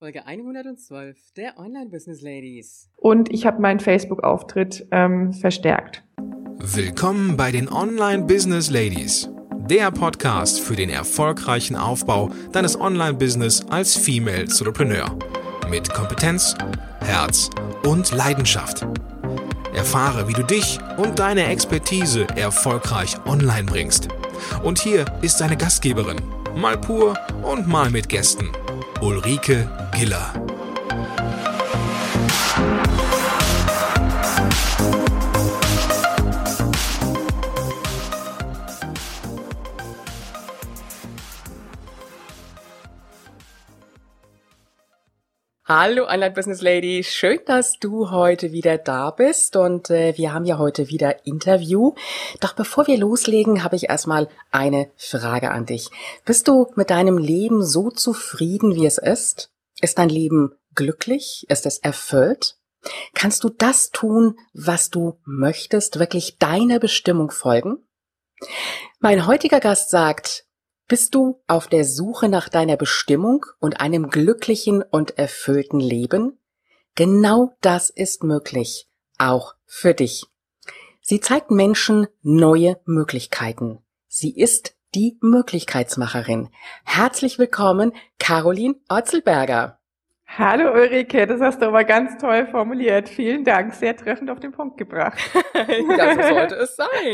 Folge 112 der Online-Business Ladies. Und ich habe meinen Facebook-Auftritt verstärkt. Willkommen bei den Online-Business Ladies, der Podcast für den erfolgreichen Aufbau deines Online-Business als Female Entrepreneur. Mit Kompetenz, Herz und Leidenschaft. Erfahre, wie du dich und deine Expertise erfolgreich online bringst. Und hier ist deine Gastgeberin, mal pur und mal mit Gästen, Ulrike Giller. Hallo Online-Business Lady, schön, dass du heute wieder da bist und wir haben ja heute wieder Interview. Doch bevor wir loslegen, habe ich erstmal eine Frage an dich. Bist du mit deinem Leben so zufrieden, wie es ist? Ist dein Leben glücklich? Ist es erfüllt? Kannst du das tun, was du möchtest, wirklich deiner Bestimmung folgen? Mein heutiger Gast sagt: Bist du auf der Suche nach deiner Bestimmung und einem glücklichen und erfüllten Leben? Genau das ist möglich, auch für dich. Sie zeigt Menschen neue Möglichkeiten. Sie ist die Möglichkeitsmacherin. Herzlich willkommen, Caroline Otzelberger. Hallo Ulrike, das hast du aber ganz toll formuliert. Vielen Dank, sehr treffend auf den Punkt gebracht. Ja, so sollte es sein.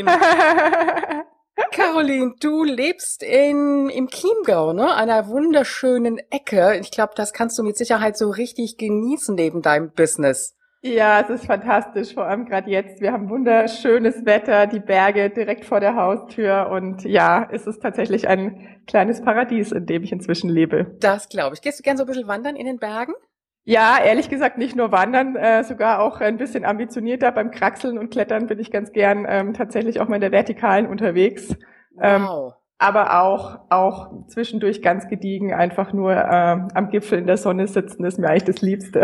Caroline, du lebst im Chiemgau, ne? Einer wunderschönen Ecke. Ich glaube, das kannst du mit Sicherheit so richtig genießen neben deinem Business. Ja, es ist fantastisch, vor allem gerade jetzt. Wir haben wunderschönes Wetter, die Berge direkt vor der Haustür und ja, es ist tatsächlich ein kleines Paradies, in dem ich inzwischen lebe. Das glaube ich. Gehst du gern so ein bisschen wandern in den Bergen? Ja, ehrlich gesagt nicht nur wandern, sogar auch ein bisschen ambitionierter. Beim Kraxeln und Klettern bin ich ganz gern tatsächlich auch mal in der Vertikalen unterwegs. Wow. Aber auch zwischendurch ganz gediegen, einfach nur am Gipfel in der Sonne sitzen, ist mir eigentlich das Liebste.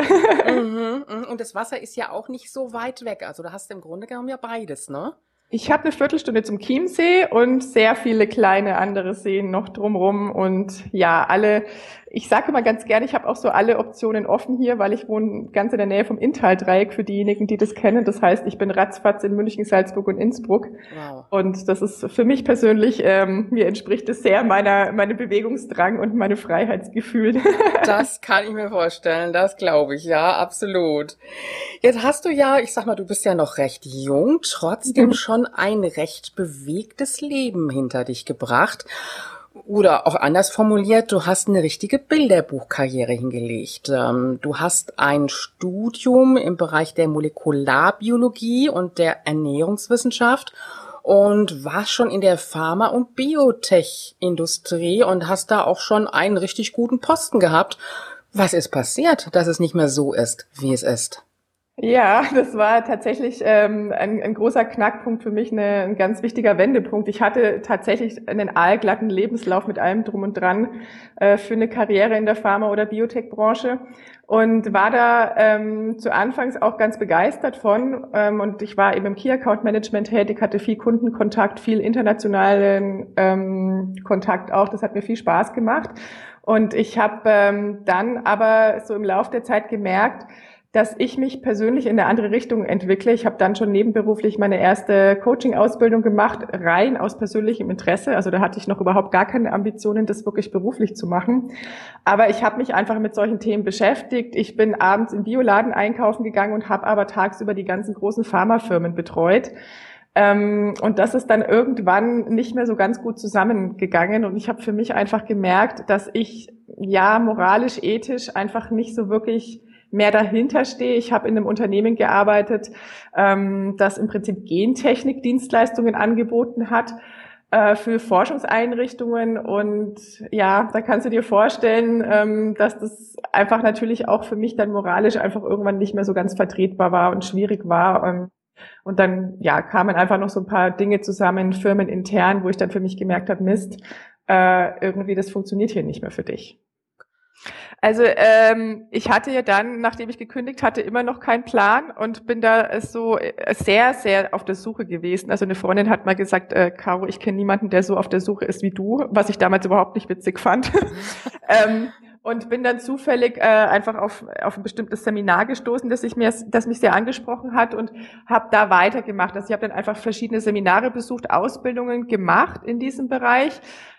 Und das Wasser ist ja auch nicht so weit weg. Also da hast du im Grunde genommen ja beides, ne? Ich habe eine Viertelstunde zum Chiemsee und sehr viele kleine andere Seen noch drumrum und ja, ich sage immer ganz gerne, ich habe auch so alle Optionen offen hier, weil ich wohne ganz in der Nähe vom Inntal-Dreieck, für diejenigen, die das kennen. Das heißt, ich bin ratzfatz in München, Salzburg und Innsbruck. Wow. Und das ist für mich persönlich, mir entspricht es sehr meine Bewegungsdrang und meine Freiheitsgefühl. Das kann ich mir vorstellen, das glaube ich, ja, absolut. Jetzt hast du ja, ich sag mal, du bist ja noch recht jung, trotzdem schon ein recht bewegtes Leben hinter dich gebracht. Oder auch anders formuliert, du hast eine richtige Bilderbuchkarriere hingelegt. Du hast ein Studium im Bereich der Molekularbiologie und der Ernährungswissenschaft und warst schon in der Pharma- und Biotech-Industrie und hast da auch schon einen richtig guten Posten gehabt. Was ist passiert, dass es nicht mehr so ist, wie es ist? Ja, das war tatsächlich ein großer Knackpunkt für mich, ein ganz wichtiger Wendepunkt. Ich hatte tatsächlich einen aalglatten Lebenslauf mit allem drum und dran für eine Karriere in der Pharma- oder Biotech-Branche und war da zu Anfangs auch ganz begeistert von. Und ich war eben im Key-Account-Management tätig, hatte viel Kundenkontakt, viel internationalen Kontakt auch. Das hat mir viel Spaß gemacht. Und ich habe dann aber so im Lauf der Zeit gemerkt, dass ich mich persönlich in eine andere Richtung entwickle. Ich habe dann schon nebenberuflich meine erste Coaching-Ausbildung gemacht, rein aus persönlichem Interesse. Also da hatte ich noch überhaupt gar keine Ambitionen, das wirklich beruflich zu machen. Aber ich habe mich einfach mit solchen Themen beschäftigt. Ich bin abends im Bioladen einkaufen gegangen und habe aber tagsüber die ganzen großen Pharmafirmen betreut. Und das ist dann irgendwann nicht mehr so ganz gut zusammengegangen. Und ich habe für mich einfach gemerkt, dass ich ja moralisch, ethisch einfach nicht so wirklich mehr dahinter stehe. Ich habe in einem Unternehmen gearbeitet, das im Prinzip Gentechnik-Dienstleistungen angeboten hat für Forschungseinrichtungen. Und ja, da kannst du dir vorstellen, dass das einfach natürlich auch für mich dann moralisch einfach irgendwann nicht mehr so ganz vertretbar war und schwierig war. Und dann ja kamen einfach noch so ein paar Dinge zusammen, firmenintern, wo ich dann für mich gemerkt habe, Mist, irgendwie das funktioniert hier nicht mehr für dich. Also ich hatte ja dann, nachdem ich gekündigt hatte, immer noch keinen Plan und bin da so sehr, sehr auf der Suche gewesen. Also eine Freundin hat mal gesagt, Caro, ich kenne niemanden, der so auf der Suche ist wie du, was ich damals überhaupt nicht witzig fand. und bin dann zufällig einfach auf ein bestimmtes Seminar gestoßen, das mich sehr angesprochen hat und habe da weitergemacht. Also ich habe dann einfach verschiedene Seminare besucht, Ausbildungen gemacht in diesem Bereich.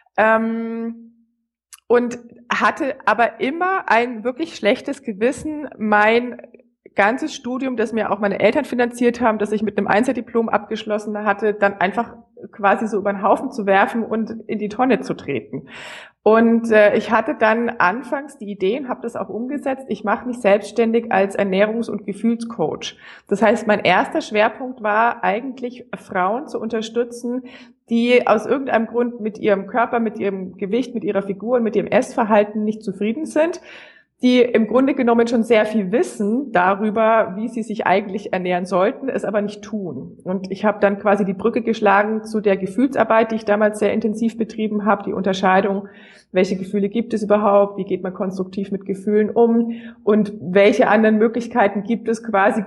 Und hatte aber immer ein wirklich schlechtes Gewissen, mein ganzes Studium, das mir auch meine Eltern finanziert haben, das ich mit einem Einzeldiplom abgeschlossen hatte, dann einfach quasi so über den Haufen zu werfen und in die Tonne zu treten. Und ich hatte dann anfangs die Idee und habe das auch umgesetzt, ich mache mich selbstständig als Ernährungs- und Gefühlscoach. Das heißt, mein erster Schwerpunkt war eigentlich, Frauen zu unterstützen, die aus irgendeinem Grund mit ihrem Körper, mit ihrem Gewicht, mit ihrer Figur und mit ihrem Essverhalten nicht zufrieden sind, die im Grunde genommen schon sehr viel wissen darüber, wie sie sich eigentlich ernähren sollten, es aber nicht tun. Und ich habe dann quasi die Brücke geschlagen zu der Gefühlsarbeit, die ich damals sehr intensiv betrieben habe, die Unterscheidung, welche Gefühle gibt es überhaupt, wie geht man konstruktiv mit Gefühlen um und welche anderen Möglichkeiten gibt es, quasi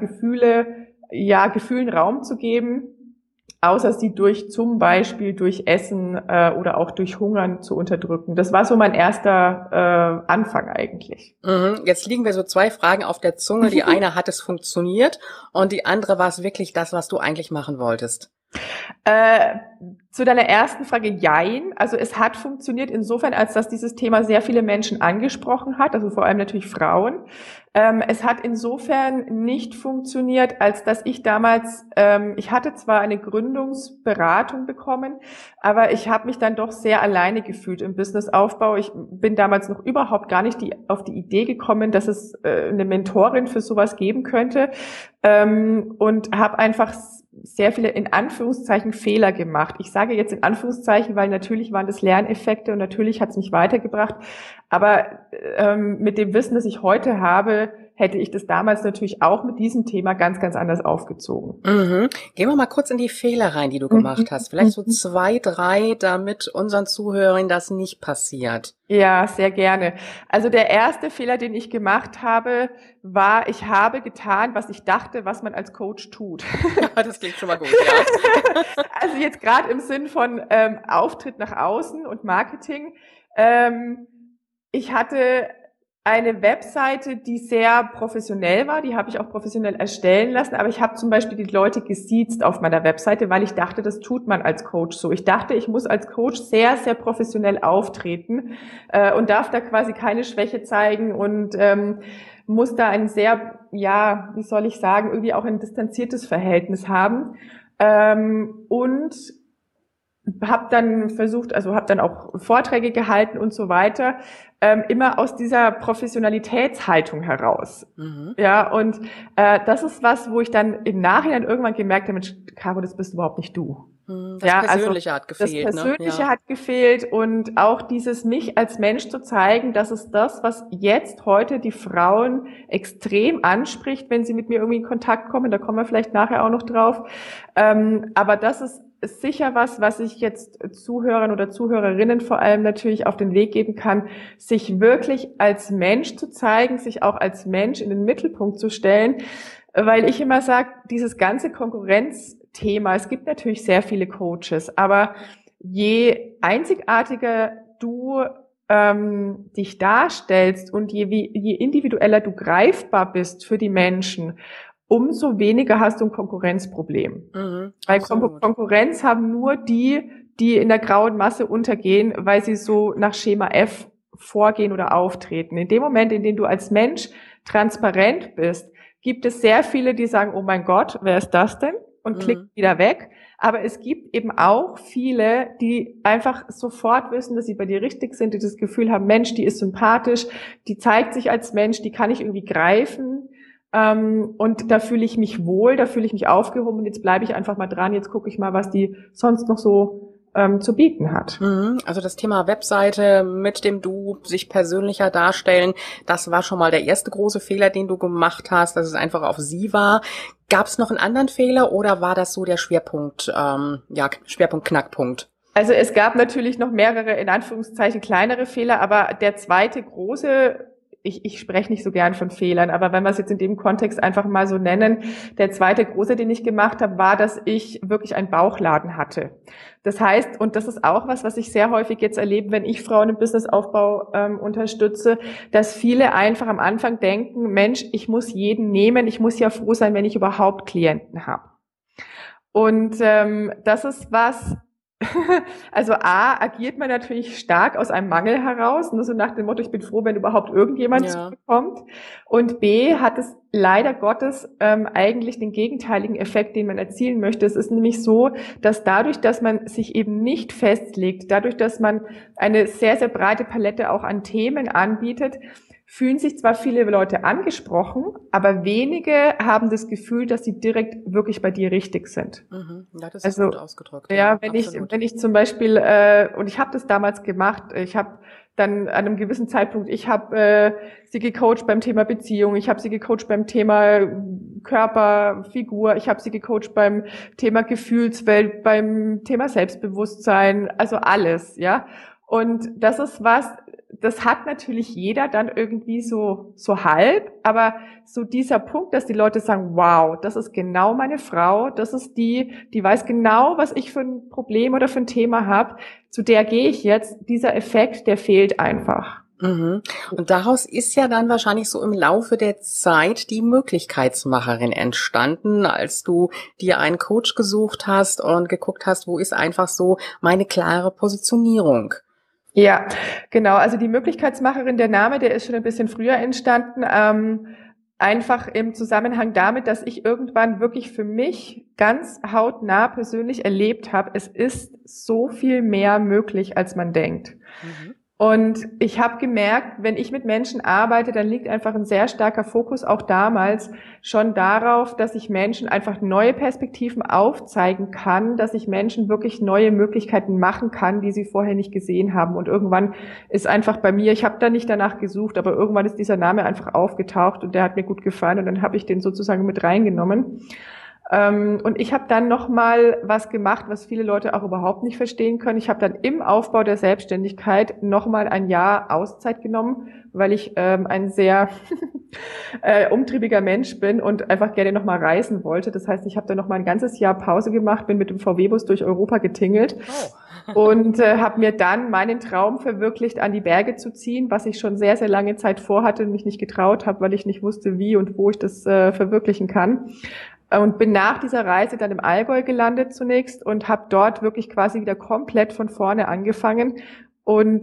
Gefühlen Raum zu geben, außer sie zum Beispiel durch Essen oder auch durch Hungern zu unterdrücken. Das war so mein erster Anfang eigentlich. Jetzt liegen mir so zwei Fragen auf der Zunge. Die eine, hat es funktioniert? Und die andere, war es wirklich das, was du eigentlich machen wolltest? Zu deiner ersten Frage, jein. Also es hat funktioniert insofern, als dass dieses Thema sehr viele Menschen angesprochen hat, also vor allem natürlich Frauen. Es hat insofern nicht funktioniert, als dass ich damals, ich hatte zwar eine Gründungsberatung bekommen, aber ich habe mich dann doch sehr alleine gefühlt im Businessaufbau. Ich bin damals noch überhaupt gar nicht auf die Idee gekommen, dass es eine Mentorin für sowas geben könnte, und habe einfach sehr viele in Anführungszeichen Fehler gemacht. Ich sage jetzt in Anführungszeichen, weil natürlich waren das Lerneffekte und natürlich hat es mich weitergebracht. Aber mit dem Wissen, das ich heute habe, hätte ich das damals natürlich auch mit diesem Thema ganz, ganz anders aufgezogen. Gehen wir mal kurz in die Fehler rein, die du gemacht hast. Vielleicht so 2, 3, damit unseren Zuhörern das nicht passiert. Ja, sehr gerne. Also der erste Fehler, den ich gemacht habe, war, ich habe getan, was ich dachte, was man als Coach tut. Ja, das klingt schon mal gut, ja. Also jetzt gerade im Sinn von Auftritt nach außen und Marketing. Ich hatte eine Webseite, die sehr professionell war, die habe ich auch professionell erstellen lassen, aber ich habe zum Beispiel die Leute gesiezt auf meiner Webseite, weil ich dachte, das tut man als Coach so. Ich dachte, ich muss als Coach sehr, sehr professionell auftreten und darf da quasi keine Schwäche zeigen und muss da ein sehr, ja, wie soll ich sagen, irgendwie auch ein distanziertes Verhältnis haben und habe dann versucht, also habe dann auch Vorträge gehalten und so weiter, immer aus dieser Professionalitätshaltung heraus. Ja, und das ist was, wo ich dann im Nachhinein irgendwann gemerkt habe, Mensch, Caro, das bist überhaupt nicht du. Das Persönliche hat gefehlt. Das Persönliche hat gefehlt und auch dieses mich als Mensch zu zeigen, das ist das, was jetzt heute die Frauen extrem anspricht, wenn sie mit mir irgendwie in Kontakt kommen. Da kommen wir vielleicht nachher auch noch drauf. Aber das ist sicher was ich jetzt Zuhörern oder Zuhörerinnen vor allem natürlich auf den Weg geben kann, sich wirklich als Mensch zu zeigen, sich auch als Mensch in den Mittelpunkt zu stellen, weil ich immer sage, dieses ganze Konkurrenzthema, es gibt natürlich sehr viele Coaches, aber je einzigartiger du dich darstellst und je individueller du greifbar bist für die Menschen, umso weniger hast du ein Konkurrenzproblem. Weil Konkurrenz haben nur die in der grauen Masse untergehen, weil sie so nach Schema F vorgehen oder auftreten. In dem Moment, in dem du als Mensch transparent bist, gibt es sehr viele, die sagen, oh mein Gott, wer ist das denn? Und klicken wieder weg. Aber es gibt eben auch viele, die einfach sofort wissen, dass sie bei dir richtig sind, die das Gefühl haben, Mensch, die ist sympathisch, die zeigt sich als Mensch, die kann ich irgendwie greifen. Und da fühle ich mich wohl, da fühle ich mich aufgehoben und jetzt bleibe ich einfach mal dran, jetzt gucke ich mal, was die sonst noch so zu bieten hat. Also das Thema Webseite mit dem Du, sich persönlicher darstellen, das war schon mal der erste große Fehler, den du gemacht hast, dass es einfach auf sie war. Gab es noch einen anderen Fehler oder war das so der Schwerpunkt, Knackpunkt? Also es gab natürlich noch mehrere, in Anführungszeichen, kleinere Fehler, aber der zweite große ich spreche nicht so gern von Fehlern, aber wenn wir es jetzt in dem Kontext einfach mal so nennen, der zweite große, den ich gemacht habe, war, dass ich wirklich einen Bauchladen hatte. Das heißt, und das ist auch was ich sehr häufig jetzt erlebe, wenn ich Frauen im Businessaufbau unterstütze, dass viele einfach am Anfang denken, Mensch, ich muss jeden nehmen, ich muss ja froh sein, wenn ich überhaupt Klienten habe. Und das ist was, also A, agiert man natürlich stark aus einem Mangel heraus, nur so nach dem Motto, ich bin froh, wenn überhaupt irgendjemand zukommt. Und B, hat es leider Gottes eigentlich den gegenteiligen Effekt, den man erzielen möchte. Es ist nämlich so, dass dadurch, dass man sich eben nicht festlegt, dadurch, dass man eine sehr, sehr breite Palette auch an Themen anbietet, fühlen sich zwar viele Leute angesprochen, aber wenige haben das Gefühl, dass sie direkt wirklich bei dir richtig sind. Ja, das ist gut ausgedrückt. Ja, wenn ich zum Beispiel, und ich habe das damals gemacht, ich habe dann an einem gewissen Zeitpunkt, ich habe sie gecoacht beim Thema Beziehung, ich habe sie gecoacht beim Thema Körper, Figur, ich habe sie gecoacht beim Thema Gefühlswelt, beim Thema Selbstbewusstsein, also alles, ja. Und das ist das hat natürlich jeder dann irgendwie so halb, aber so dieser Punkt, dass die Leute sagen, wow, das ist genau meine Frau, das ist die weiß genau, was ich für ein Problem oder für ein Thema habe, zu der gehe ich jetzt, dieser Effekt, der fehlt einfach. Und daraus ist ja dann wahrscheinlich so im Laufe der Zeit die Möglichkeitsmacherin entstanden, als du dir einen Coach gesucht hast und geguckt hast, wo ist einfach so meine klare Positionierung. Ja, genau. Also die Möglichkeitsmacherin, der Name, der ist schon ein bisschen früher entstanden. Einfach im Zusammenhang damit, dass ich irgendwann wirklich für mich ganz hautnah persönlich erlebt habe, es ist so viel mehr möglich, als man denkt. Und ich habe gemerkt, wenn ich mit Menschen arbeite, dann liegt einfach ein sehr starker Fokus auch damals schon darauf, dass ich Menschen einfach neue Perspektiven aufzeigen kann, dass ich Menschen wirklich neue Möglichkeiten machen kann, die sie vorher nicht gesehen haben. Und irgendwann ist einfach bei mir, ich habe da nicht danach gesucht, aber irgendwann ist dieser Name einfach aufgetaucht und der hat mir gut gefallen und dann habe ich den sozusagen mit reingenommen. Und ich habe dann nochmal was gemacht, was viele Leute auch überhaupt nicht verstehen können. Ich habe dann im Aufbau der Selbstständigkeit nochmal ein Jahr Auszeit genommen, weil ich ein sehr umtriebiger Mensch bin und einfach gerne nochmal reisen wollte. Das heißt, ich habe dann nochmal ein ganzes Jahr Pause gemacht, bin mit dem VW-Bus durch Europa getingelt. Und habe mir dann meinen Traum verwirklicht, an die Berge zu ziehen, was ich schon sehr, sehr lange Zeit vorhatte und mich nicht getraut habe, weil ich nicht wusste, wie und wo ich das verwirklichen kann. Und bin nach dieser Reise dann im Allgäu gelandet zunächst und habe dort wirklich quasi wieder komplett von vorne angefangen. Und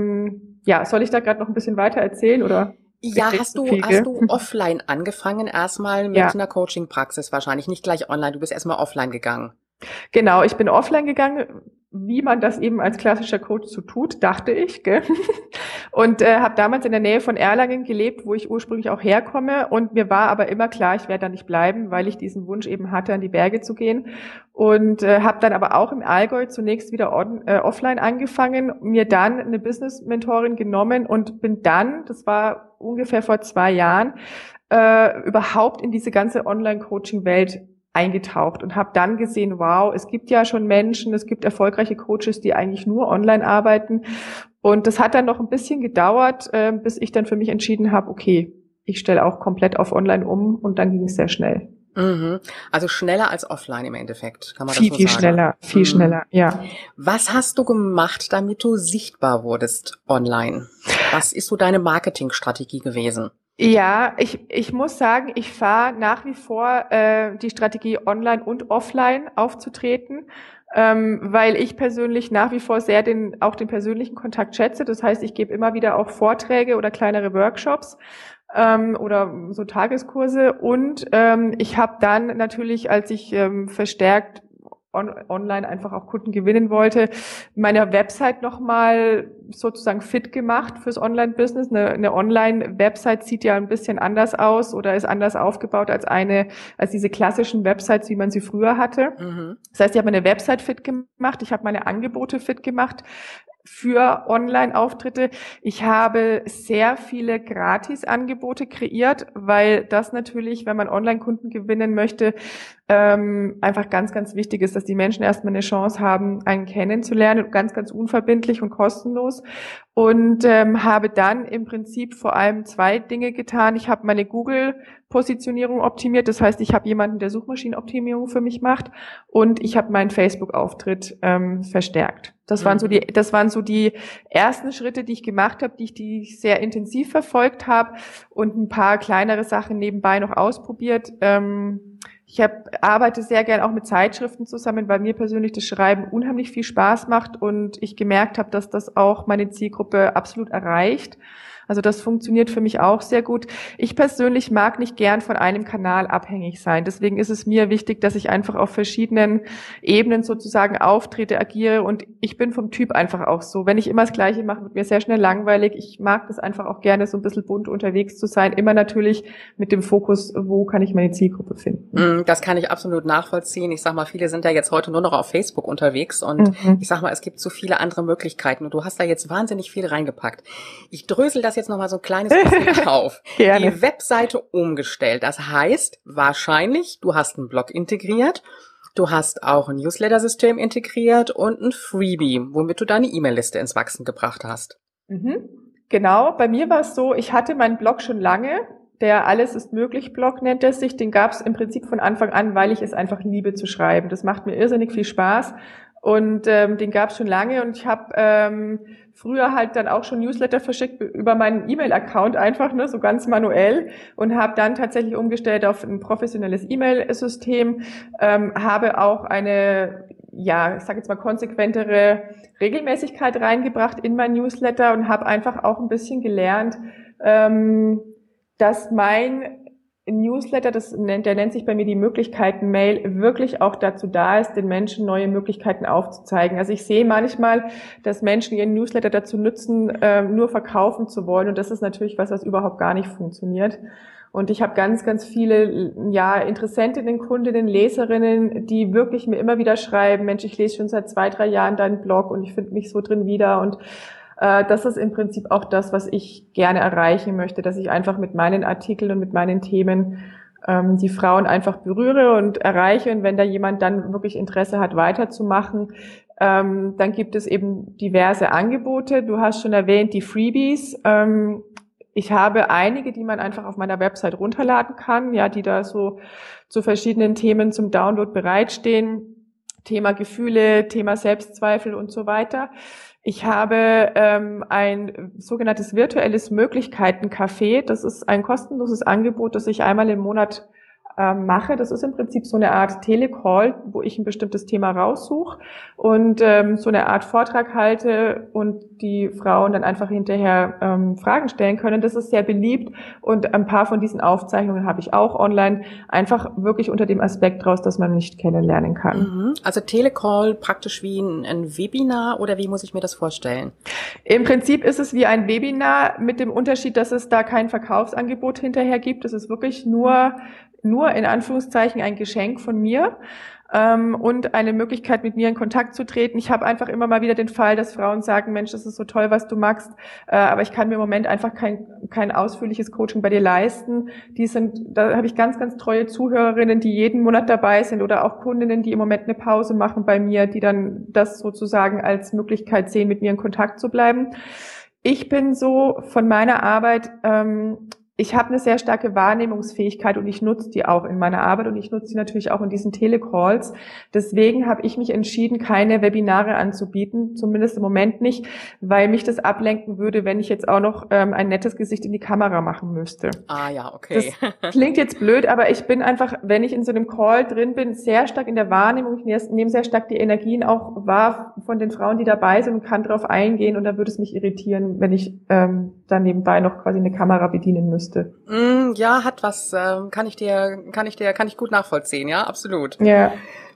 soll ich da gerade noch ein bisschen weiter erzählen oder? Ja, hast du offline angefangen erstmal mit einer Coaching-Praxis wahrscheinlich, nicht gleich online, du bist erstmal offline gegangen. Genau, ich bin offline gegangen, wie man das eben als klassischer Coach so tut, dachte ich, gell? Und habe damals in der Nähe von Erlangen gelebt, wo ich ursprünglich auch herkomme. Und mir war aber immer klar, ich werde da nicht bleiben, weil ich diesen Wunsch eben hatte, an die Berge zu gehen. Und habe dann aber auch im Allgäu zunächst wieder offline angefangen, mir dann eine Business-Mentorin genommen und bin dann, das war ungefähr vor 2 Jahren, überhaupt in diese ganze Online-Coaching-Welt eingetaucht und habe dann gesehen, wow, es gibt ja schon Menschen, es gibt erfolgreiche Coaches, die eigentlich nur online arbeiten. Und das hat dann noch ein bisschen gedauert, bis ich dann für mich entschieden habe, okay, ich stelle auch komplett auf online um und dann ging es sehr schnell. Also schneller als offline im Endeffekt, kann man das so sagen? Viel schneller, ja. Was hast du gemacht, damit du sichtbar wurdest online? Was ist so deine Marketingstrategie gewesen? Ja, ich muss sagen, ich fahre nach wie vor die Strategie, online und offline aufzutreten, weil ich persönlich nach wie vor sehr auch den persönlichen Kontakt schätze. Das heißt, ich gebe immer wieder auch Vorträge oder kleinere Workshops oder so Tageskurse. Und ich habe dann natürlich, als ich verstärkt online einfach auch Kunden gewinnen wollte, meine Website nochmal sozusagen fit gemacht fürs Online-Business. Eine Online-Website sieht ja ein bisschen anders aus oder ist anders aufgebaut als diese klassischen Websites, wie man sie früher hatte. Das heißt, ich habe meine Website fit gemacht, ich habe meine Angebote fit gemacht für Online-Auftritte. Ich habe sehr viele Gratis-Angebote kreiert, weil das natürlich, wenn man Online-Kunden gewinnen möchte, einfach ganz, ganz wichtig ist, dass die Menschen erstmal eine Chance haben, einen kennenzulernen, ganz, ganz unverbindlich und kostenlos. Und habe dann im Prinzip vor allem 2 Dinge getan. Ich habe meine Google-Positionierung optimiert. Das heißt, ich habe jemanden, der Suchmaschinenoptimierung für mich macht, und ich habe meinen Facebook-Auftritt verstärkt. Das waren so die ersten Schritte, die ich gemacht habe, die ich sehr intensiv verfolgt habe, und ein paar kleinere Sachen nebenbei noch ausprobiert. Ich arbeite sehr gern auch mit Zeitschriften zusammen, weil mir persönlich das Schreiben unheimlich viel Spaß macht und ich gemerkt habe, dass das auch meine Zielgruppe absolut erreicht. Also das funktioniert für mich auch sehr gut. Ich persönlich mag nicht gern von einem Kanal abhängig sein. Deswegen ist es mir wichtig, dass ich einfach auf verschiedenen Ebenen sozusagen auftrete, agiere, und ich bin vom Typ einfach auch so. Wenn ich immer das Gleiche mache, wird mir sehr schnell langweilig. Ich mag das einfach auch gerne, so ein bisschen bunt unterwegs zu sein. Immer natürlich mit dem Fokus, wo kann ich meine Zielgruppe finden. Das kann ich absolut nachvollziehen. Ich sag mal, viele sind ja jetzt heute nur noch auf Facebook unterwegs und ich sag mal, es gibt so viele andere Möglichkeiten und du hast da jetzt wahnsinnig viel reingepackt. Ich drösel das jetzt noch mal so ein kleines bisschen auf. Gerne. Die Webseite umgestellt. Das heißt, wahrscheinlich, du hast einen Blog integriert, du hast auch ein Newsletter-System integriert und ein Freebie, womit du deine E-Mail-Liste ins Wachsen gebracht hast. Genau, bei mir war es so, ich hatte meinen Blog schon lange. Der Alles ist möglich Blog nennt er sich. Den gab es im Prinzip von Anfang an, weil ich es einfach liebe zu schreiben. Das macht mir irrsinnig viel Spaß. Und den gab es schon lange, und ich habe früher halt dann auch schon Newsletter verschickt über meinen E-Mail-Account einfach, ne, so ganz manuell, und habe dann tatsächlich umgestellt auf ein professionelles E-Mail-System, habe auch eine, ja, ich sage jetzt mal konsequentere Regelmäßigkeit reingebracht in mein Newsletter und habe einfach auch ein bisschen gelernt, dass mein Newsletter, der nennt sich bei mir die Möglichkeiten-Mail, wirklich auch dazu da ist, den Menschen neue Möglichkeiten aufzuzeigen. Also ich sehe manchmal, dass Menschen ihren Newsletter dazu nutzen, nur verkaufen zu wollen, und das ist natürlich was überhaupt gar nicht funktioniert. Und ich habe ganz, ganz viele Interessentinnen, Kundinnen, Leserinnen, die wirklich mir immer wieder schreiben, Mensch, ich lese schon seit 2-3 Jahren deinen Blog und ich finde mich so drin wieder, und das ist im Prinzip auch das, was ich gerne erreichen möchte, dass ich einfach mit meinen Artikeln und mit meinen Themen die Frauen einfach berühre und erreiche. Und wenn da jemand dann wirklich Interesse hat, weiterzumachen, dann gibt es eben diverse Angebote. Du hast schon erwähnt, die Freebies. Ich habe einige, die man einfach auf meiner Website runterladen kann, ja, die da so zu verschiedenen Themen zum Download bereitstehen. Thema Gefühle, Thema Selbstzweifel und so weiter. Ich habe ein sogenanntes virtuelles Möglichkeiten-Café. Das ist ein kostenloses Angebot, das ich einmal im Monat mache. Das ist im Prinzip so eine Art Telecall, wo ich ein bestimmtes Thema raussuche und so eine Art Vortrag halte und die Frauen dann einfach hinterher Fragen stellen können. Das ist sehr beliebt, und ein paar von diesen Aufzeichnungen habe ich auch online, einfach wirklich unter dem Aspekt raus, dass man nicht kennenlernen kann. Also Telecall praktisch wie ein Webinar, oder wie muss ich mir das vorstellen? Im Prinzip ist es wie ein Webinar, mit dem Unterschied, dass es da kein Verkaufsangebot hinterher gibt. Es ist wirklich nur in Anführungszeichen ein Geschenk von mir und eine Möglichkeit, mit mir in Kontakt zu treten. Ich habe einfach immer mal wieder den Fall, dass Frauen sagen, Mensch, das ist so toll, was du machst, aber ich kann mir im Moment einfach kein ausführliches Coaching bei dir leisten. Da habe ich ganz, ganz treue Zuhörerinnen, die jeden Monat dabei sind, oder auch Kundinnen, die im Moment eine Pause machen bei mir, die dann das sozusagen als Möglichkeit sehen, mit mir in Kontakt zu bleiben. Ich bin so von meiner Arbeit, ich habe eine sehr starke Wahrnehmungsfähigkeit und ich nutze die auch in meiner Arbeit und ich nutze die natürlich auch in diesen Telecalls. Deswegen habe ich mich entschieden, keine Webinare anzubieten, zumindest im Moment nicht, weil mich das ablenken würde, wenn ich jetzt auch noch ein nettes Gesicht in die Kamera machen müsste. Ah ja, okay. Das klingt jetzt blöd, aber ich bin einfach, wenn ich in so einem Call drin bin, sehr stark in der Wahrnehmung. Ich nehme sehr stark die Energien auch wahr von den Frauen, die dabei sind, und kann darauf eingehen, und da würde es mich irritieren, wenn ich dann nebenbei noch quasi eine Kamera bedienen müsste. Ja, hat was, kann ich gut nachvollziehen, ja, absolut. Ja.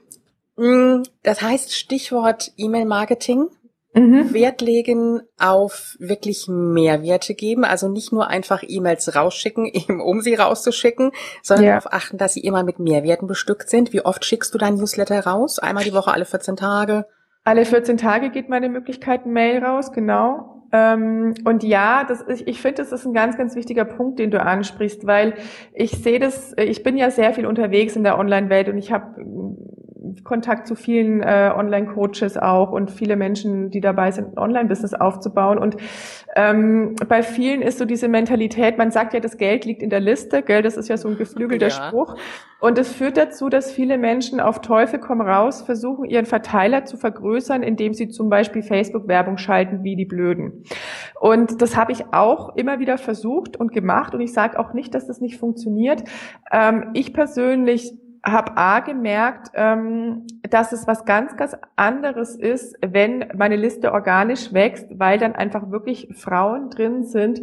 Das heißt, Stichwort E-Mail-Marketing, Wert legen auf wirklich Mehrwerte geben, also nicht nur einfach E-Mails rausschicken, eben um sie rauszuschicken, sondern darauf achten, dass sie immer mit Mehrwerten bestückt sind. Wie oft schickst du dein Newsletter raus? Einmal die Woche, alle 14 Tage? Alle 14 Tage geht meine Möglichkeiten-Mail raus, genau. Und ja, ich finde, das ist ein ganz, ganz wichtiger Punkt, den du ansprichst, weil ich bin ja sehr viel unterwegs in der Online-Welt und ich habe Kontakt zu vielen Online-Coaches auch und viele Menschen, die dabei sind, ein Online-Business aufzubauen. Und bei vielen ist so diese Mentalität, man sagt ja, das Geld liegt in der Liste, gell? Das ist ja so ein geflügelter Spruch. Und es führt dazu, dass viele Menschen auf Teufel komm raus versuchen, ihren Verteiler zu vergrößern, indem sie zum Beispiel Facebook-Werbung schalten wie die Blöden. Und das habe ich auch immer wieder versucht und gemacht. Und ich sage auch nicht, dass das nicht funktioniert. Ich persönlich habe gemerkt, dass es was ganz, ganz anderes ist, wenn meine Liste organisch wächst, weil dann einfach wirklich Frauen drin sind,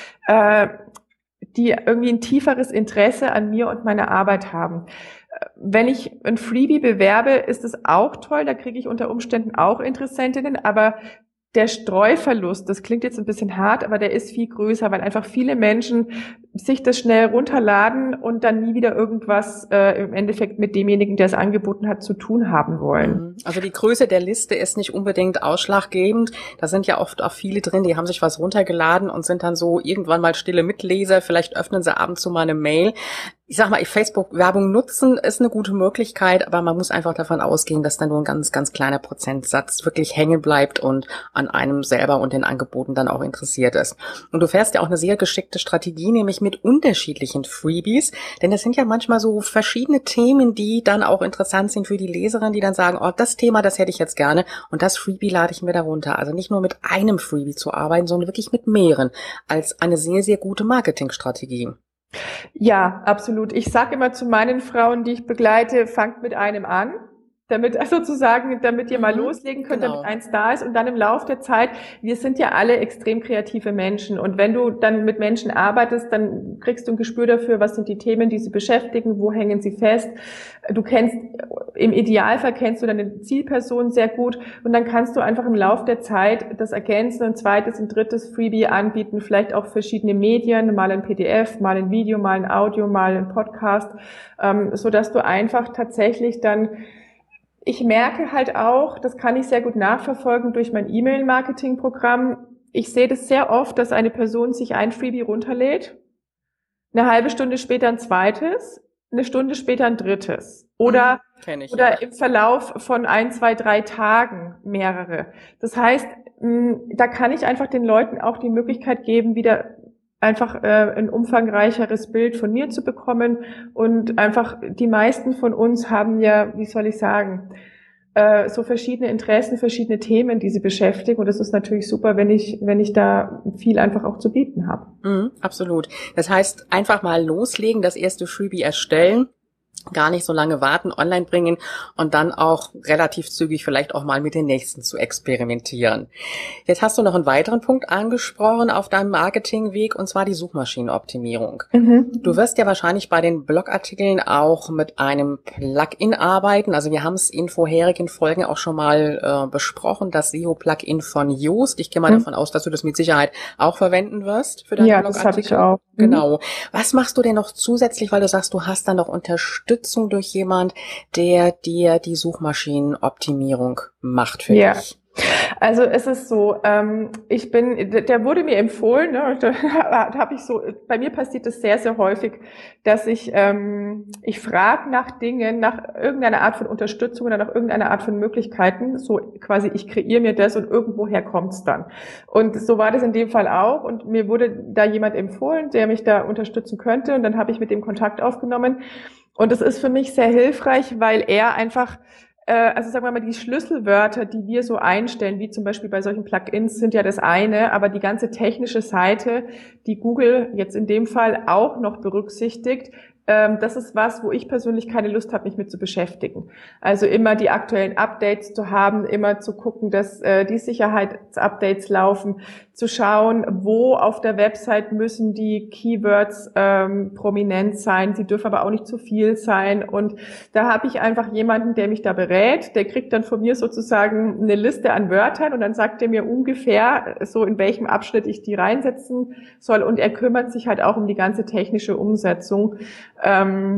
die irgendwie ein tieferes Interesse an mir und meiner Arbeit haben. Wenn ich ein Freebie bewerbe, ist es auch toll, da kriege ich unter Umständen auch Interessentinnen, aber der Streuverlust, das klingt jetzt ein bisschen hart, aber der ist viel größer, weil einfach viele Menschen sich das schnell runterladen und dann nie wieder irgendwas im Endeffekt mit demjenigen, der es angeboten hat, zu tun haben wollen. Also die Größe der Liste ist nicht unbedingt ausschlaggebend. Da sind ja oft auch viele drin, die haben sich was runtergeladen und sind dann so irgendwann mal stille Mitleser. Vielleicht öffnen sie ab und zu mal eine Mail. Ich sag mal, Facebook-Werbung nutzen ist eine gute Möglichkeit, aber man muss einfach davon ausgehen, dass da nur ein ganz, ganz kleiner Prozentsatz wirklich hängen bleibt und an einem selber und den Angeboten dann auch interessiert ist. Und du fährst ja auch eine sehr geschickte Strategie, nämlich mit unterschiedlichen Freebies, denn das sind ja manchmal so verschiedene Themen, die dann auch interessant sind für die Leserin, die dann sagen, oh, das Thema, das hätte ich jetzt gerne und das Freebie lade ich mir darunter. Also nicht nur mit einem Freebie zu arbeiten, sondern wirklich mit mehreren, als eine sehr, sehr gute Marketingstrategie. Ja, absolut. Ich sage immer zu meinen Frauen, die ich begleite, fangt mit einem an, damit ihr mal loslegen könnt, genau. Damit eins da ist und dann im Lauf der Zeit, wir sind ja alle extrem kreative Menschen und wenn du dann mit Menschen arbeitest, dann kriegst du ein Gespür dafür, was sind die Themen, die sie beschäftigen, wo hängen sie fest. Im Idealfall kennst du deine Zielperson sehr gut und dann kannst du einfach im Lauf der Zeit das ergänzen, ein zweites, ein drittes Freebie anbieten, vielleicht auch verschiedene Medien, mal ein PDF, mal ein Video, mal ein Audio, mal ein Podcast, sodass du einfach tatsächlich dann ich merke halt auch, das kann ich sehr gut nachverfolgen durch mein E-Mail-Marketing-Programm. Ich sehe das sehr oft, dass eine Person sich ein Freebie runterlädt, eine halbe Stunde später ein zweites, eine Stunde später ein drittes. Oder im Verlauf von 1, 2, 3 Tagen mehrere. Das heißt, da kann ich einfach den Leuten auch die Möglichkeit geben, wieder einfach ein umfangreicheres Bild von mir zu bekommen und einfach die meisten von uns haben ja, wie soll ich sagen, so verschiedene Interessen, verschiedene Themen, die sie beschäftigen und das ist natürlich super, wenn ich da viel einfach auch zu bieten habe. Absolut. Das heißt, einfach mal loslegen, das erste Freebie erstellen, gar nicht so lange warten, online bringen und dann auch relativ zügig vielleicht auch mal mit den nächsten zu experimentieren. Jetzt hast du noch einen weiteren Punkt angesprochen auf deinem Marketingweg und zwar die Suchmaschinenoptimierung. Du wirst ja wahrscheinlich bei den Blogartikeln auch mit einem Plugin arbeiten. Also wir haben es in vorherigen Folgen auch schon mal besprochen, das SEO-Plugin von Yoast. Ich gehe mal davon aus, dass du das mit Sicherheit auch verwenden wirst für deine Blogartikel. Ja, das habe ich auch. Genau. Was machst du denn noch zusätzlich, weil du sagst, du hast dann noch Unterstützung durch jemand, der dir die Suchmaschinenoptimierung macht für dich? Also es ist so, der wurde mir empfohlen, ne, bei mir passiert das sehr, sehr häufig, dass ich frage nach Dingen, nach irgendeiner Art von Unterstützung oder nach irgendeiner Art von Möglichkeiten, so quasi ich kreiere mir das und irgendwoher kommt's dann. Und so war das in dem Fall auch und mir wurde da jemand empfohlen, der mich da unterstützen könnte und dann habe ich mit dem Kontakt aufgenommen und es ist für mich sehr hilfreich, weil er einfach also sagen wir mal, die Schlüsselwörter, die wir so einstellen, wie zum Beispiel bei solchen Plugins, sind ja das eine, aber die ganze technische Seite, die Google jetzt in dem Fall auch noch berücksichtigt, das ist was, wo ich persönlich keine Lust habe, mich mit zu beschäftigen. Also immer die aktuellen Updates zu haben, immer zu gucken, dass die Sicherheitsupdates laufen, zu schauen, wo auf der Website müssen die Keywords prominent sein, sie dürfen aber auch nicht zu viel sein. Und da habe ich einfach jemanden, der mich da berät, der kriegt dann von mir sozusagen eine Liste an Wörtern und dann sagt er mir ungefähr so, in welchem Abschnitt ich die reinsetzen soll. Und er kümmert sich halt auch um die ganze technische Umsetzung.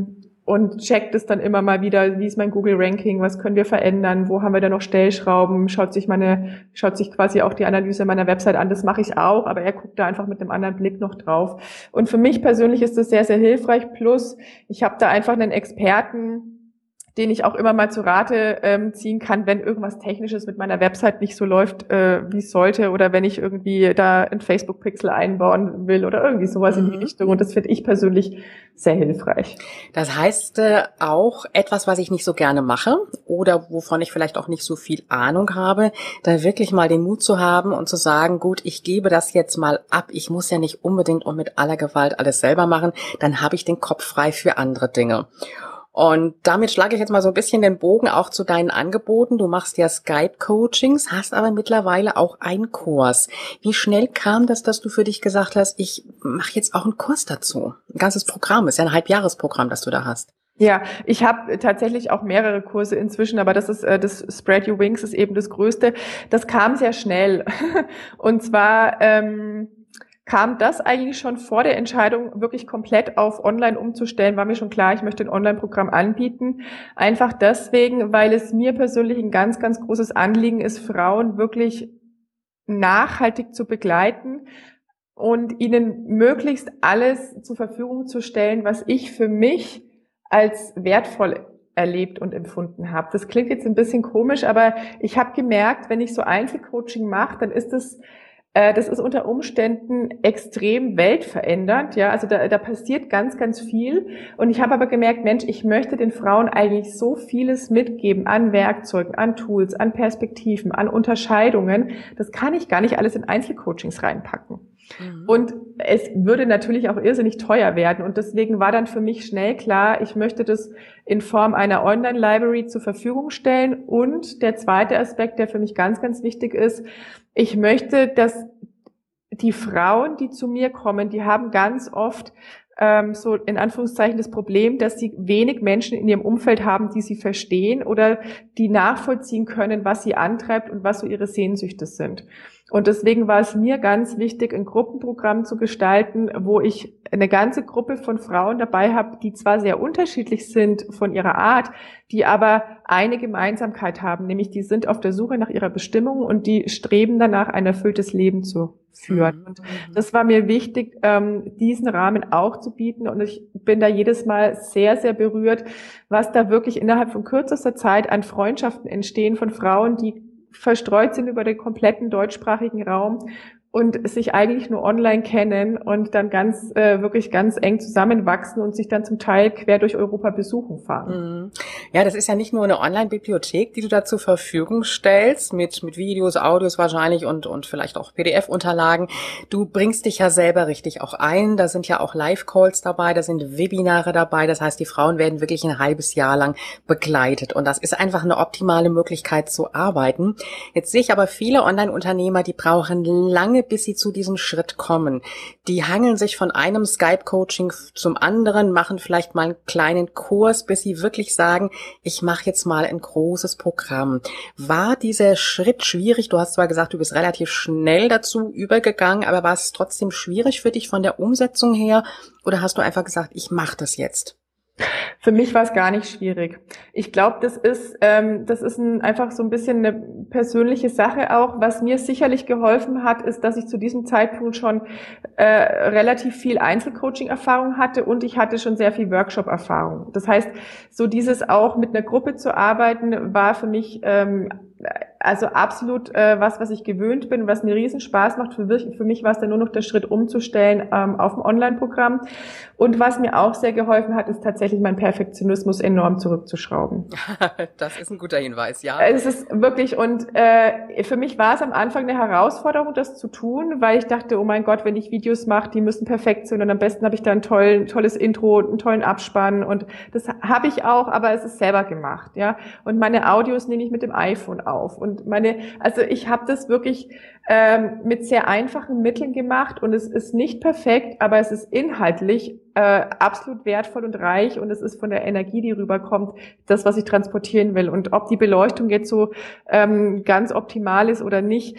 und checkt es dann immer mal wieder, wie ist mein Google-Ranking, was können wir verändern, wo haben wir da noch Stellschrauben, schaut sich quasi auch die Analyse meiner Website an, das mache ich auch, aber er guckt da einfach mit einem anderen Blick noch drauf. Und für mich persönlich ist das sehr, sehr hilfreich, plus ich habe da einfach einen Experten, den ich auch immer mal zu Rate ziehen kann, wenn irgendwas Technisches mit meiner Website nicht so läuft, wie es sollte, oder wenn ich irgendwie da ein Facebook-Pixel einbauen will oder irgendwie sowas in die Richtung. Und das finde ich persönlich sehr hilfreich. Das heißt auch etwas, was ich nicht so gerne mache oder wovon ich vielleicht auch nicht so viel Ahnung habe, da wirklich mal den Mut zu haben und zu sagen, gut, ich gebe das jetzt mal ab. Ich muss ja nicht unbedingt und mit aller Gewalt alles selber machen. Dann habe ich den Kopf frei für andere Dinge. Und damit schlage ich jetzt mal so ein bisschen den Bogen auch zu deinen Angeboten. Du machst ja Skype-Coachings, hast aber mittlerweile auch einen Kurs. Wie schnell kam das, dass du für dich gesagt hast, ich mache jetzt auch einen Kurs dazu? Ein ganzes Programm, ist ja ein Halbjahresprogramm, das du da hast. Ja, ich habe tatsächlich auch mehrere Kurse inzwischen, aber das Spread Your Wings ist eben das Größte. Das kam sehr schnell. Und zwar kam das eigentlich schon vor der Entscheidung, wirklich komplett auf Online umzustellen, war mir schon klar, ich möchte ein Online-Programm anbieten. Einfach deswegen, weil es mir persönlich ein ganz, ganz großes Anliegen ist, Frauen wirklich nachhaltig zu begleiten und ihnen möglichst alles zur Verfügung zu stellen, was ich für mich als wertvoll erlebt und empfunden habe. Das klingt jetzt ein bisschen komisch, aber ich habe gemerkt, wenn ich so Einzelcoaching mache, dann ist das ist unter Umständen extrem weltverändernd, ja, also da passiert ganz, ganz viel. Und ich habe aber gemerkt, Mensch, ich möchte den Frauen eigentlich so vieles mitgeben an Werkzeugen, an Tools, an Perspektiven, an Unterscheidungen. Das kann ich gar nicht alles in Einzelcoachings reinpacken. Mhm. Und es würde natürlich auch irrsinnig teuer werden. Und deswegen war dann für mich schnell klar, ich möchte das in Form einer Online-Library zur Verfügung stellen. Und der zweite Aspekt, der für mich ganz, ganz wichtig ist, ich möchte, dass die Frauen, die zu mir kommen, die haben ganz oft so in Anführungszeichen das Problem, dass sie wenig Menschen in ihrem Umfeld haben, die sie verstehen oder die nachvollziehen können, was sie antreibt und was so ihre Sehnsüchte sind. Und deswegen war es mir ganz wichtig, ein Gruppenprogramm zu gestalten, wo ich eine ganze Gruppe von Frauen dabei habe, die zwar sehr unterschiedlich sind von ihrer Art, die aber eine Gemeinsamkeit haben, nämlich die sind auf der Suche nach ihrer Bestimmung und die streben danach, ein erfülltes Leben zu führen. Und das war mir wichtig, diesen Rahmen auch zu bieten. Und ich bin da jedes Mal sehr, sehr berührt, was da wirklich innerhalb von kürzester Zeit an Freundschaften entstehen von Frauen, die verstreut sind über den kompletten deutschsprachigen Raum und sich eigentlich nur online kennen und dann wirklich ganz eng zusammenwachsen und sich dann zum Teil quer durch Europa Besuchen fahren. Ja, das ist ja nicht nur eine Online-Bibliothek, die du da zur Verfügung stellst, mit Videos, Audios wahrscheinlich und vielleicht auch PDF-Unterlagen. Du bringst dich ja selber richtig auch ein. Da sind ja auch Live-Calls dabei, da sind Webinare dabei. Das heißt, die Frauen werden wirklich ein halbes Jahr lang begleitet. Und das ist einfach eine optimale Möglichkeit zu arbeiten. Jetzt sehe ich aber viele Online-Unternehmer, die brauchen lange, bis sie zu diesem Schritt kommen. Die hangeln sich von einem Skype-Coaching zum anderen, machen vielleicht mal einen kleinen Kurs, bis sie wirklich sagen, ich mache jetzt mal ein großes Programm. War dieser Schritt schwierig? Du hast zwar gesagt, du bist relativ schnell dazu übergegangen, aber war es trotzdem schwierig für dich von der Umsetzung her? Oder hast du einfach gesagt, ich mache das jetzt? Für mich war es gar nicht schwierig. Ich glaube, das ist einfach so ein bisschen eine persönliche Sache auch. Was mir sicherlich geholfen hat, ist, dass ich zu diesem Zeitpunkt schon relativ viel Einzelcoaching-Erfahrung hatte und ich hatte schon sehr viel Workshop-Erfahrung. Das heißt, so dieses auch mit einer Gruppe zu arbeiten, war für mich also absolut was ich gewöhnt bin, was mir riesen Spaß macht. Für mich war es dann nur noch der Schritt umzustellen auf ein Online-Programm. Und was mir auch sehr geholfen hat, ist tatsächlich mein Perfektionismus enorm zurückzuschrauben. Das ist ein guter Hinweis, ja. Es ist wirklich, und für mich war es am Anfang eine Herausforderung, das zu tun, weil ich dachte, oh mein Gott, wenn ich Videos mache, die müssen perfekt sein und am besten habe ich da ein tolles Intro, einen tollen Abspann und das habe ich auch, aber es ist selber gemacht, ja. Und meine Audios nehme ich mit dem iPhone auf und also ich habe das wirklich mit sehr einfachen Mitteln gemacht und es ist nicht perfekt, aber es ist inhaltlich absolut wertvoll und reich und es ist von der Energie, die rüberkommt, das, was ich transportieren will. Und ob die Beleuchtung jetzt so ganz optimal ist oder nicht,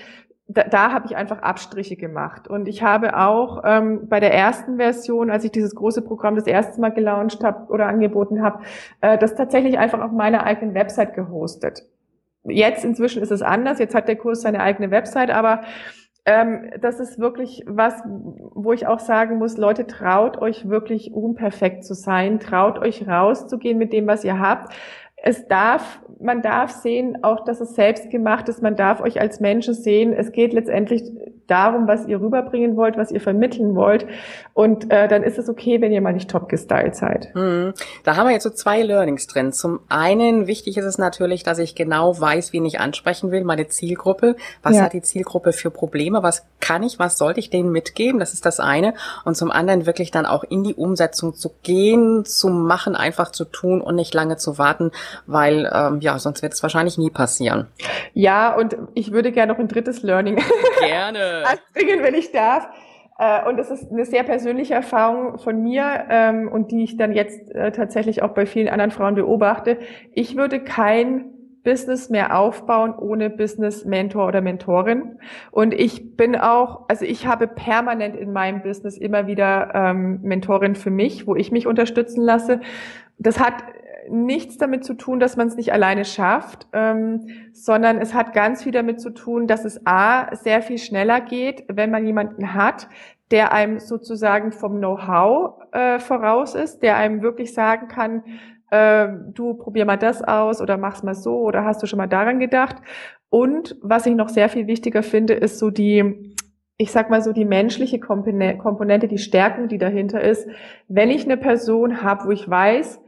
da habe ich einfach Abstriche gemacht. Und ich habe auch bei der ersten Version, als ich dieses große Programm das erste Mal gelauncht habe oder angeboten habe, das tatsächlich einfach auf meiner eigenen Website gehostet. Jetzt inzwischen ist es anders. Jetzt hat der Kurs seine eigene Website, aber das ist wirklich was, wo ich auch sagen muss, Leute, traut euch wirklich unperfekt zu sein, traut euch rauszugehen mit dem, was ihr habt. Man darf sehen, auch dass es selbst gemacht ist, man darf euch als Menschen sehen. Es geht letztendlich darum, was ihr rüberbringen wollt, was ihr vermitteln wollt. Und dann ist es okay, wenn ihr mal nicht top gestylt seid. Da haben wir jetzt so 2 Learnings drin. Zum einen, wichtig ist es natürlich, dass ich genau weiß, wen ich ansprechen will, meine Zielgruppe. Was hat die Zielgruppe für Probleme? Was kann ich, was sollte ich denen mitgeben? Das ist das eine. Und zum anderen wirklich dann auch in die Umsetzung zu gehen, zu machen, einfach zu tun und nicht lange zu warten, weil sonst wird es wahrscheinlich nie passieren. Ja, und ich würde gerne noch ein drittes Learning gerne anbringen, wenn ich darf. Und das ist eine sehr persönliche Erfahrung von mir und die ich dann jetzt tatsächlich auch bei vielen anderen Frauen beobachte. Ich würde kein Business mehr aufbauen ohne Business-Mentor oder Mentorin. Und ich habe permanent in meinem Business immer wieder Mentorin für mich, wo ich mich unterstützen lasse. Das hat nichts damit zu tun, dass man es nicht alleine schafft, sondern es hat ganz viel damit zu tun, dass es sehr viel schneller geht, wenn man jemanden hat, der einem sozusagen vom Know-how voraus ist, der einem wirklich sagen kann, du probier mal das aus oder mach's mal so oder hast du schon mal daran gedacht? Und was ich noch sehr viel wichtiger finde, ist so die menschliche Komponente, die Stärkung, die dahinter ist. Wenn ich eine Person habe, wo ich weiß,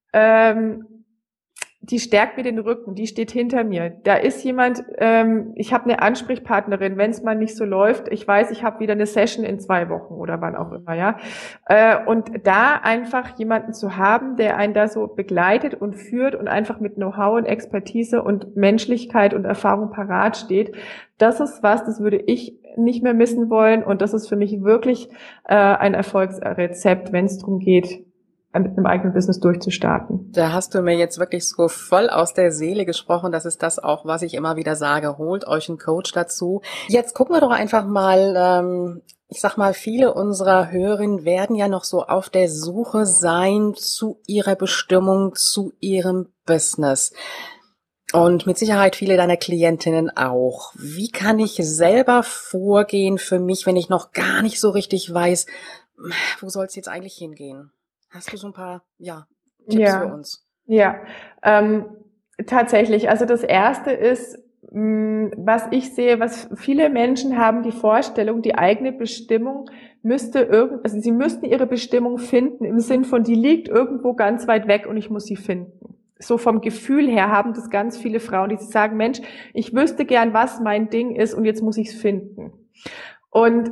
die stärkt mir den Rücken, die steht hinter mir. Da ist jemand, ich habe eine Ansprechpartnerin, wenn es mal nicht so läuft. Ich weiß, ich habe wieder eine Session in 2 Wochen oder wann auch immer, ja. Und da einfach jemanden zu haben, der einen da so begleitet und führt und einfach mit Know-how und Expertise und Menschlichkeit und Erfahrung parat steht, das ist was, das würde ich nicht mehr missen wollen. Und das ist für mich wirklich ein Erfolgsrezept, wenn es darum geht, mit einem eigenen Business durchzustarten. Da hast du mir jetzt wirklich so voll aus der Seele gesprochen. Das ist das auch, was ich immer wieder sage. Holt euch einen Coach dazu. Jetzt gucken wir doch einfach mal, ich sag mal, viele unserer Hörerinnen werden ja noch so auf der Suche sein zu ihrer Bestimmung, zu ihrem Business. Und mit Sicherheit viele deiner Klientinnen auch. Wie kann ich selber vorgehen für mich, wenn ich noch gar nicht so richtig weiß, wo soll es jetzt eigentlich hingehen? Hast du so ein paar Tipps für uns? Ja, tatsächlich. Also das Erste ist, was ich sehe, was viele Menschen haben, die Vorstellung, die eigene Bestimmung sie müssten ihre Bestimmung finden, im Sinn von, die liegt irgendwo ganz weit weg und ich muss sie finden. So vom Gefühl her haben das ganz viele Frauen, die sagen, Mensch, ich wüsste gern, was mein Ding ist und jetzt muss ich es finden. Und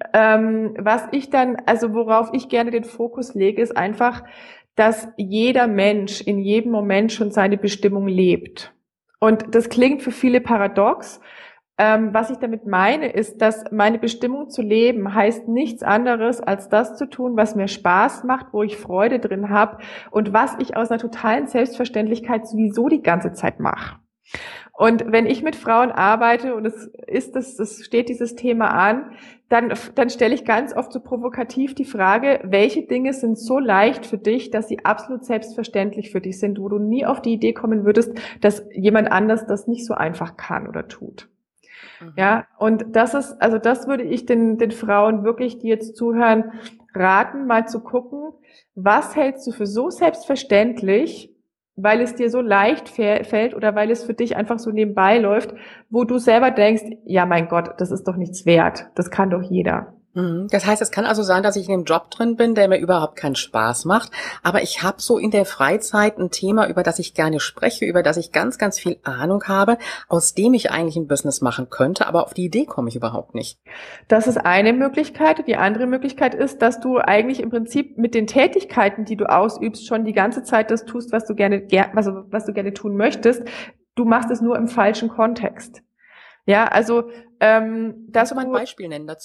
worauf ich gerne den Fokus lege, ist einfach, dass jeder Mensch in jedem Moment schon seine Bestimmung lebt. Und das klingt für viele paradox. Was ich damit meine, ist, dass meine Bestimmung zu leben heißt nichts anderes, als das zu tun, was mir Spaß macht, wo ich Freude drin habe und was ich aus einer totalen Selbstverständlichkeit sowieso die ganze Zeit mache. Und wenn ich mit Frauen arbeite und es steht dieses Thema an, dann stelle ich ganz oft so provokativ die Frage, welche Dinge sind so leicht für dich, dass sie absolut selbstverständlich für dich sind, wo du nie auf die Idee kommen würdest, dass jemand anders das nicht so einfach kann oder tut. Ja, und das würde ich den Frauen wirklich, die jetzt zuhören, raten, mal zu gucken, was hältst du für so selbstverständlich, weil es dir so leicht fällt oder weil es für dich einfach so nebenbei läuft, wo du selber denkst, ja mein Gott, das ist doch nichts wert, das kann doch jeder. Das heißt, es kann also sein, dass ich in einem Job drin bin, der mir überhaupt keinen Spaß macht, aber ich habe so in der Freizeit ein Thema, über das ich gerne spreche, über das ich ganz, ganz viel Ahnung habe, aus dem ich eigentlich ein Business machen könnte, aber auf die Idee komme ich überhaupt nicht. Das ist eine Möglichkeit. Die andere Möglichkeit ist, dass du eigentlich im Prinzip mit den Tätigkeiten, die du ausübst, schon die ganze Zeit das tust, was du gerne tun möchtest. Du machst es nur im falschen Kontext. Ja, also kannst du mal ein Beispiel nennen dazu?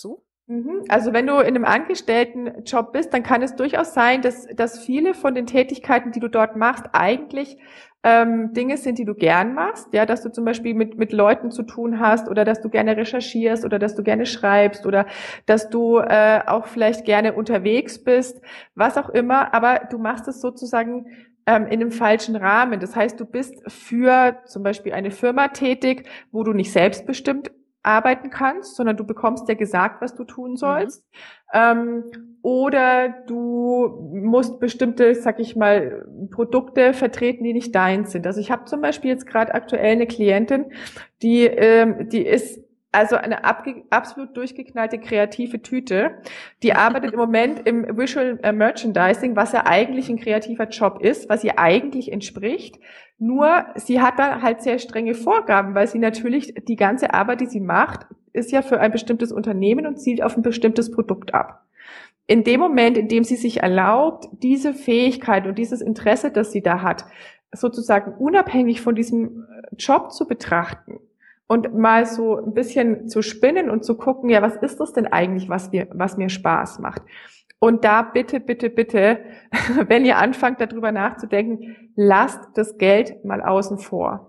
Also wenn du in einem Angestelltenjob bist, dann kann es durchaus sein, dass viele von den Tätigkeiten, die du dort machst, eigentlich Dinge sind, die du gern machst, ja, dass du zum Beispiel mit Leuten zu tun hast oder dass du gerne recherchierst oder dass du gerne schreibst oder dass du auch vielleicht gerne unterwegs bist, was auch immer, aber du machst es sozusagen in einem falschen Rahmen. Das heißt, du bist für zum Beispiel eine Firma tätig, wo du nicht selbstbestimmt arbeiten kannst, sondern du bekommst ja gesagt, was du tun sollst. Oder du musst bestimmte, sag ich mal, Produkte vertreten, die nicht deins sind. Also ich habe zum Beispiel jetzt gerade aktuell eine Klientin, die ist also eine absolut durchgeknallte kreative Tüte. Die arbeitet im Moment im Visual Merchandising, was ja eigentlich ein kreativer Job ist, was ihr eigentlich entspricht. Nur sie hat da halt sehr strenge Vorgaben, weil sie natürlich die ganze Arbeit, die sie macht, ist ja für ein bestimmtes Unternehmen und zielt auf ein bestimmtes Produkt ab. In dem Moment, in dem sie sich erlaubt, diese Fähigkeit und dieses Interesse, das sie da hat, sozusagen unabhängig von diesem Job zu betrachten und mal so ein bisschen zu spinnen und zu gucken, ja, was ist das denn eigentlich, was mir Spaß macht? Und da bitte, bitte, bitte, wenn ihr anfangt, darüber nachzudenken, lasst das Geld mal außen vor.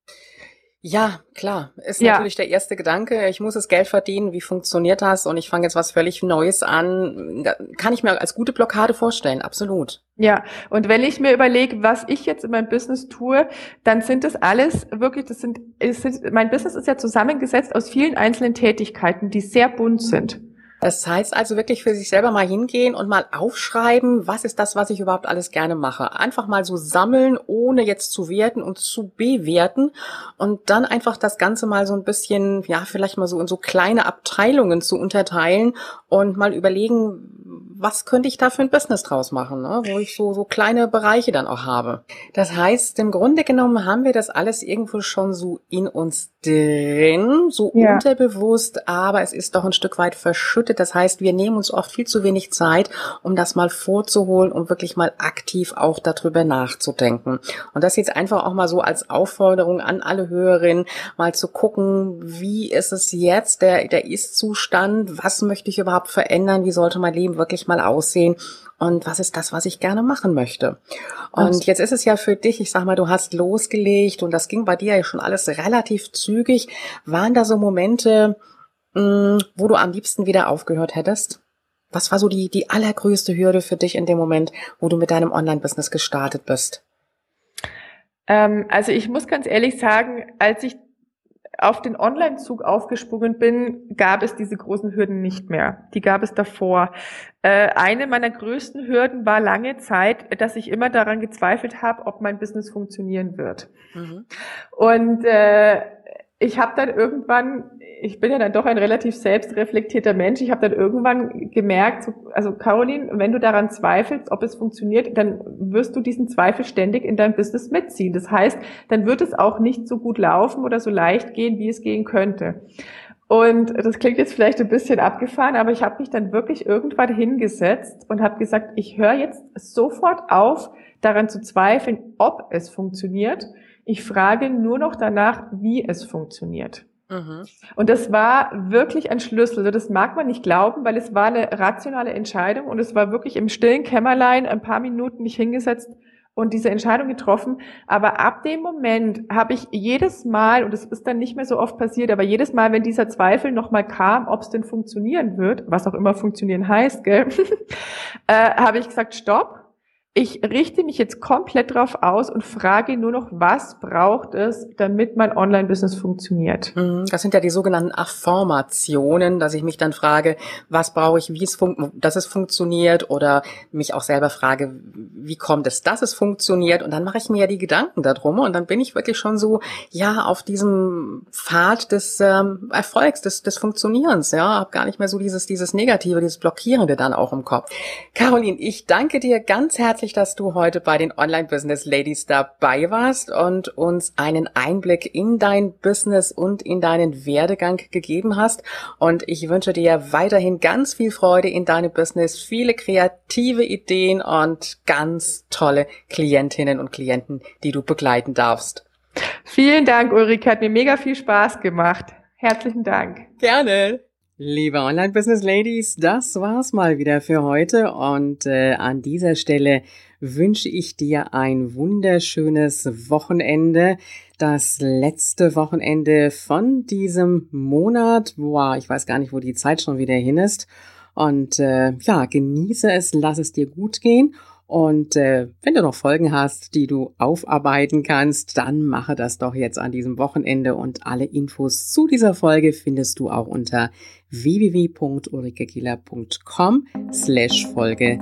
Ja, klar. Ist natürlich der erste Gedanke. Ich muss das Geld verdienen. Wie funktioniert das? Und ich fange jetzt was völlig Neues an. Da kann ich mir als gute Blockade vorstellen. Absolut. Ja. Und wenn ich mir überlege, was ich jetzt in meinem Business tue, dann sind das alles wirklich, mein Business ist ja zusammengesetzt aus vielen einzelnen Tätigkeiten, die sehr bunt sind. Das heißt also wirklich für sich selber mal hingehen und mal aufschreiben, was ist das, was ich überhaupt alles gerne mache. Einfach mal so sammeln, ohne jetzt zu werten und zu bewerten und dann einfach das Ganze mal so ein bisschen, ja, vielleicht mal so in so kleine Abteilungen zu unterteilen und mal überlegen, was könnte ich da für ein Business draus machen, ne? Wo ich so kleine Bereiche dann auch habe. Das heißt, im Grunde genommen haben wir das alles irgendwo schon so in uns drin, so unterbewusst, aber es ist doch ein Stück weit verschüttet. Das heißt, wir nehmen uns oft viel zu wenig Zeit, um das mal vorzuholen, um wirklich mal aktiv auch darüber nachzudenken. Und das jetzt einfach auch mal so als Aufforderung an alle Hörerinnen, mal zu gucken, wie ist es jetzt, der Ist-Zustand, was möchte ich überhaupt verändern, wie sollte mein Leben wirklich mal aussehen und was ist das, was ich gerne machen möchte. Und jetzt ist es ja für dich, ich sag mal, du hast losgelegt und das ging bei dir ja schon alles relativ zügig. Waren da so Momente, wo du am liebsten wieder aufgehört hättest? Was war so die allergrößte Hürde für dich in dem Moment, wo du mit deinem Online-Business gestartet bist? Also ich muss ganz ehrlich sagen, als ich auf den Online-Zug aufgesprungen bin, gab es diese großen Hürden nicht mehr. Die gab es davor. Eine meiner größten Hürden war lange Zeit, dass ich immer daran gezweifelt habe, ob mein Business funktionieren wird. Und ich habe dann irgendwann, ich bin ja dann doch ein relativ selbstreflektierter Mensch, ich habe dann irgendwann gemerkt, also Caroline, wenn du daran zweifelst, ob es funktioniert, dann wirst du diesen Zweifel ständig in deinem Business mitziehen. Das heißt, dann wird es auch nicht so gut laufen oder so leicht gehen, wie es gehen könnte. Und das klingt jetzt vielleicht ein bisschen abgefahren, aber ich habe mich dann wirklich irgendwann hingesetzt und habe gesagt, ich höre jetzt sofort auf, daran zu zweifeln, ob es funktioniert. Ich frage nur noch danach, wie es funktioniert. Und das war wirklich ein Schlüssel. Also das mag man nicht glauben, weil es war eine rationale Entscheidung und es war wirklich im stillen Kämmerlein ein paar Minuten mich hingesetzt und diese Entscheidung getroffen. Aber ab dem Moment habe ich jedes Mal, und das ist dann nicht mehr so oft passiert, aber jedes Mal, wenn dieser Zweifel nochmal kam, ob es denn funktionieren wird, was auch immer funktionieren heißt, gell, habe ich gesagt, stopp. Ich richte mich jetzt komplett drauf aus und frage nur noch, was braucht es, damit mein Online-Business funktioniert? Das sind ja die sogenannten Affirmationen, dass ich mich dann frage, was brauche ich, dass es funktioniert oder mich auch selber frage, wie kommt es, dass es funktioniert und dann mache ich mir ja die Gedanken darum und dann bin ich wirklich schon so, ja, auf diesem Pfad des Erfolgs, des Funktionierens, ja, habe gar nicht mehr so dieses Negative, dieses Blockierende dann auch im Kopf. Caroline, ich danke dir ganz herzlich, dass du heute bei den Online-Business Ladies dabei warst und uns einen Einblick in dein Business und in deinen Werdegang gegeben hast. Und ich wünsche dir weiterhin ganz viel Freude in deinem Business, viele kreative Ideen und ganz tolle Klientinnen und Klienten, die du begleiten darfst. Vielen Dank, Ulrike. Hat mir mega viel Spaß gemacht. Herzlichen Dank. Gerne. Liebe Online-Business-Ladies, das war's mal wieder für heute und an dieser Stelle wünsche ich dir ein wunderschönes Wochenende, das letzte Wochenende von diesem Monat. Wow, ich weiß gar nicht, wo die Zeit schon wieder hin ist und genieße es, lass es dir gut gehen. Und wenn du noch Folgen hast, die du aufarbeiten kannst, dann mache das doch jetzt an diesem Wochenende und alle Infos zu dieser Folge findest du auch unter www.ulrikegieler.com/Folge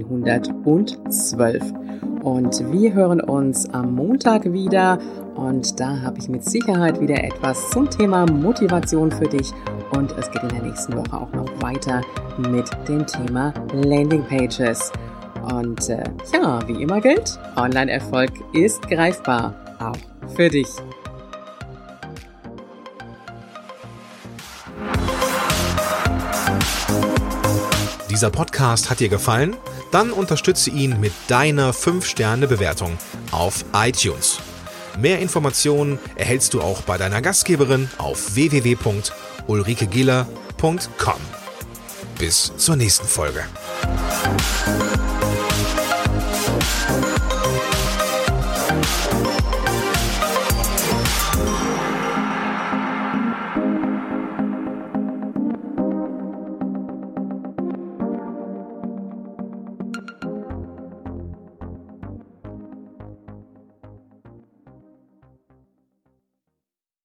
112. Und wir hören uns am Montag wieder und da habe ich mit Sicherheit wieder etwas zum Thema Motivation für dich und es geht in der nächsten Woche auch noch weiter mit dem Thema Landingpages. Und wie immer gilt, Online-Erfolg ist greifbar, auch für dich. Dieser Podcast hat dir gefallen? Dann unterstütze ihn mit deiner 5-Sterne-Bewertung auf iTunes. Mehr Informationen erhältst du auch bei deiner Gastgeberin auf www.ulrikegieler.com. Bis zur nächsten Folge.